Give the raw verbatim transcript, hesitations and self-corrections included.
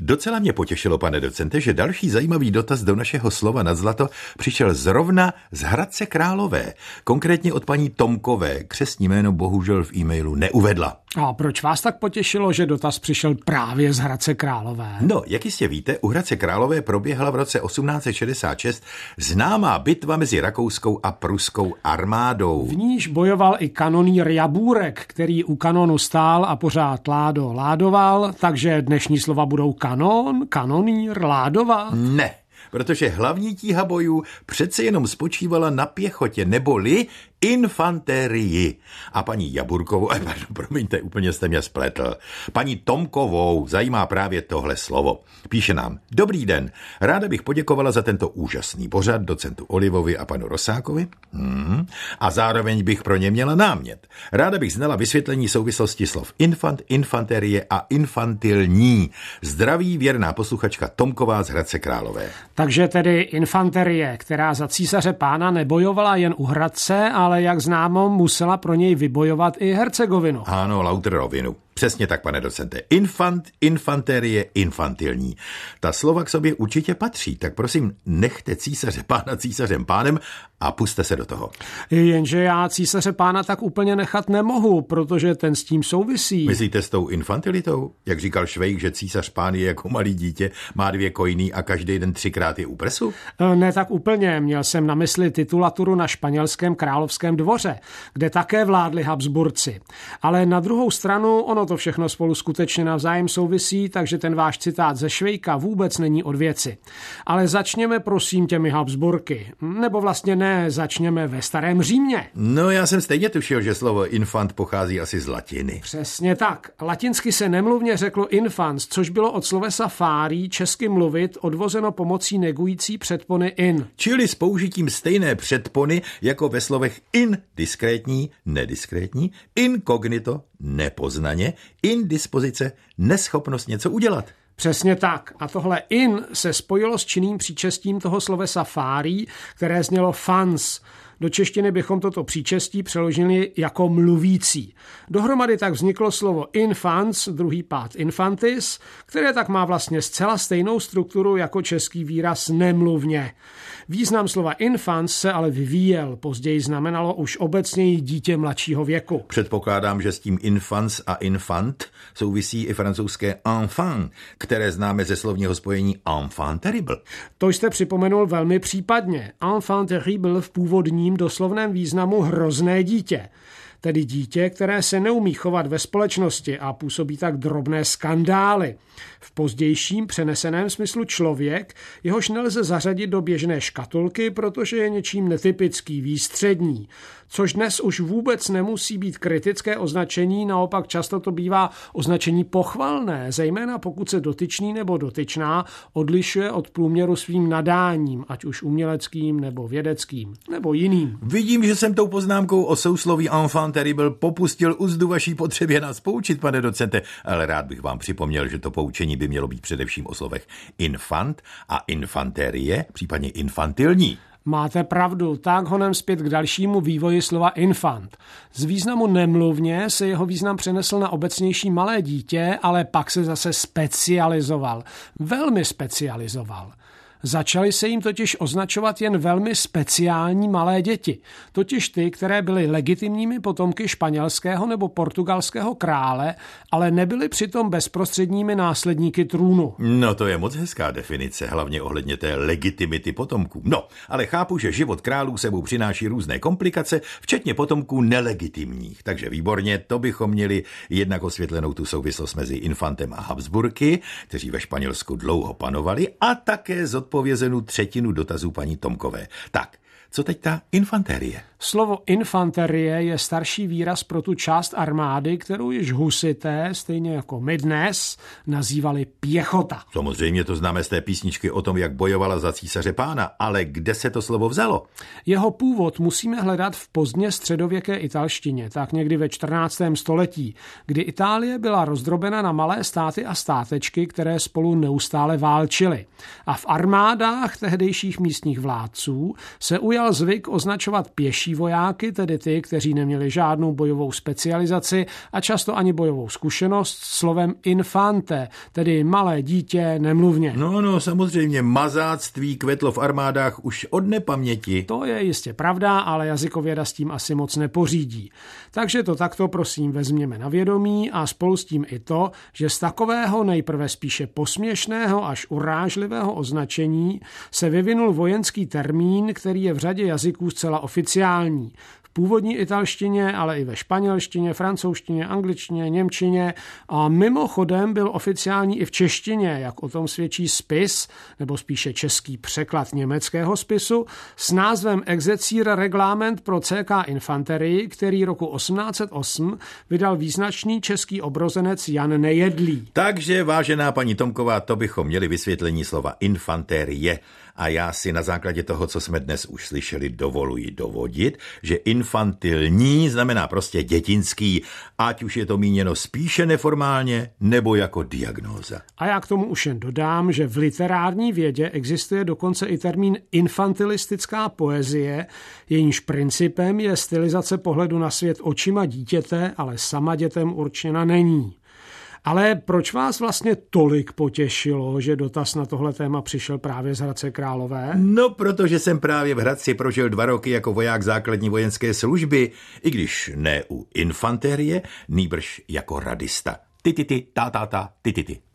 Docela mě potěšilo, pane docente, že další zajímavý dotaz do našeho slova nad zlato přišel zrovna z Hradce Králové, konkrétně od paní Tomkové. Křestní jméno bohužel v e-mailu neuvedla. A proč vás tak potěšilo, že dotaz přišel právě z Hradce Králové? No, jak jistě víte, u Hradce Králové proběhla v roce osmnáct set šedesát šest známá bitva mezi rakouskou a pruskou armádou. V níž bojoval i kanonýr Jabůrek, který u kanonu stál a pořád ládo ládoval, takže dnešní slova budou kanon, kanonýr, ládovat? Ne, protože hlavní tíha bojů přece jenom spočívala na pěchotě, neboli infanterii. A paní Jaburkovou, eh, pardon, promiňte, úplně jste mě spletl. Paní Tomkovou zajímá právě tohle slovo. Píše nám: Dobrý den, ráda bych poděkovala za tento úžasný pořad docentu Olivovi a panu Rosákovi. Hmm. A zároveň bych pro ně měla námět. Ráda bych znala vysvětlení souvislosti slov infant, infanterie a infantilní. Zdraví věrná posluchačka Tomková z Hradce Králové. Takže tedy infanterie, která za císaře Pána nebojovala jen u Hradce, ale ale jak známo, musela pro něj vybojovat i Hercegovinu. Ano, Lauterovinu. Přesně tak, pane docente. Infant, infanterie, infantilní. Ta slova k sobě určitě patří, tak prosím, nechte císaře Pána císařem pánem a puste se do toho. Jenže já císaře Pána tak úplně nechat nemohu, protože ten s tím souvisí. Myslíte s tou infantilitou? Jak říkal Švejk, že císař Pán je jako malý dítě, má dvě kojný a každý den třikrát je u prsu? Ne tak úplně. Měl jsem na mysli titulaturu na španělském královském dvoře, kde také vládli Habsburci. Ale na druhou stranu ono to všechno spolu skutečně navzájem souvisí, takže ten váš citát ze Švejka vůbec není od věci. Ale začněme prosím těmi Habsburky. Nebo vlastně ne, začněme ve Starém Římě. No, já jsem stejně tušil, že slovo infant pochází asi z latiny. Přesně tak. Latinsky se nemluvně řeklo infans, což bylo od slovesa fárí, česky mluvit, odvozeno pomocí negující předpony in. Čili s použitím stejné předpony jako ve slovech in diskrétní, nediskrétní, inkognito, nepoznaně, indispozice, neschopnost něco udělat. Přesně tak. A tohle in se spojilo s činným příčestím toho slovesa fárí, které znělo fans. Do češtiny bychom toto příčestí přeložili jako mluvící. Dohromady tak vzniklo slovo infans, druhý pád infantis, které tak má vlastně zcela stejnou strukturu jako český výraz nemluvně. Význam slova infans se ale vyvíjel, později znamenalo už obecněji dítě mladšího věku. Předpokládám, že s tím infans a infant souvisí i francouzské enfant, které známe ze slovního spojení enfant terrible. To jste připomenul velmi případně. Enfant terrible v původním doslovném významu hrozné dítě. Tedy dítě, které se neumí chovat ve společnosti a působí tak drobné skandály. V pozdějším přeneseném smyslu člověk, jehož nelze zařadit do běžné škatulky, protože je něčím netypický, výstřední. Což dnes už vůbec nemusí být kritické označení, naopak často to bývá označení pochvalné, zejména pokud se dotyčný nebo dotyčná odlišuje od průměru svým nadáním, ať už uměleckým nebo vědeckým, nebo jiným. Vidím, že jsem tou poznámkou o sousloví enfant terrible popustil uzdu vaší potřebě nás poučit, pane docente, ale rád bych vám připomněl, že to poučení by mělo být především o slovech infant a infanterie, případně infantilní. Máte pravdu, tak honem zpět k dalšímu vývoji slova infant. Z významu nemluvně se jeho význam přenesl na obecnější malé dítě, ale pak se zase specializoval. Velmi specializoval. Začaly se jim totiž označovat jen velmi speciální malé děti, totiž ty, které byly legitimními potomky španělského nebo portugalského krále, ale nebyly přitom bezprostředními následníky trůnu. No to je moc hezká definice, hlavně ohledně té legitimity potomků. No, ale chápu, že život králů sebou přináší různé komplikace, včetně potomků nelegitimních. Takže výborně, to bychom měli jednak osvětlenou tu souvislost mezi infantem a Habsburky, kteří ve Španělsku dlouho panovali, a také zodpovězenou třetinu dotazů paní Tomkové. Tak, co teď ta infanterie? Slovo infanterie je starší výraz pro tu část armády, kterou již husité, stejně jako my dnes, nazývali pěchota. Samozřejmě to známe z té písničky o tom, jak bojovala za císaře Pána, ale kde se to slovo vzalo? Jeho původ musíme hledat v pozdně středověké italštině, tak někdy ve čtrnáctém století, kdy Itálie byla rozdrobena na malé státy a státečky, které spolu neustále válčily. A v armádách tehdejších místních vládců se ujal zvyk označovat pěší starší vojáky, tedy ty, kteří neměli žádnou bojovou specializaci a často ani bojovou zkušenost, slovem infante, tedy malé dítě, nemluvně. No, no, samozřejmě mazáctví kvetlo v armádách už od nepaměti. To je jistě pravda, ale jazykověda s tím asi moc nepořídí. Takže to takto prosím vezměme na vědomí a spolu s tím i to, že z takového nejprve spíše posměšného až urážlivého označení se vyvinul vojenský termín, který je v řadě jazyků zcela oficiální. V původní italštině, ale i ve španělštině, francouzštině, angličtině, němčině a mimochodem byl oficiální i v češtině, jak o tom svědčí spis, nebo spíše český překlad německého spisu, s názvem Exercire Reglement pro C K Infanterii, který roku osmnáct set osm vydal význačný český obrozenec Jan Nejedlý. Takže, vážená paní Tomková, to bychom měli vysvětlení slova infanterie. A já si na základě toho, co jsme dnes už slyšeli, dovoluji dovodit, že infantilní znamená prostě dětinský, ať už je to míněno spíše neformálně nebo jako diagnóza. A já k tomu už jen dodám, že v literární vědě existuje dokonce i termín infantilistická poezie, jejímž principem je stylizace pohledu na svět očima dítěte, ale sama dětem určena není. Ale proč vás vlastně tolik potěšilo, že dotaz na tohle téma přišel právě z Hradce Králové? No, protože jsem právě v Hradci prožil dva roky jako voják základní vojenské služby, i když ne u infanterie, nýbrž jako radista. Ty, ty, ty, ta, ta, ta, ty, ty, ty.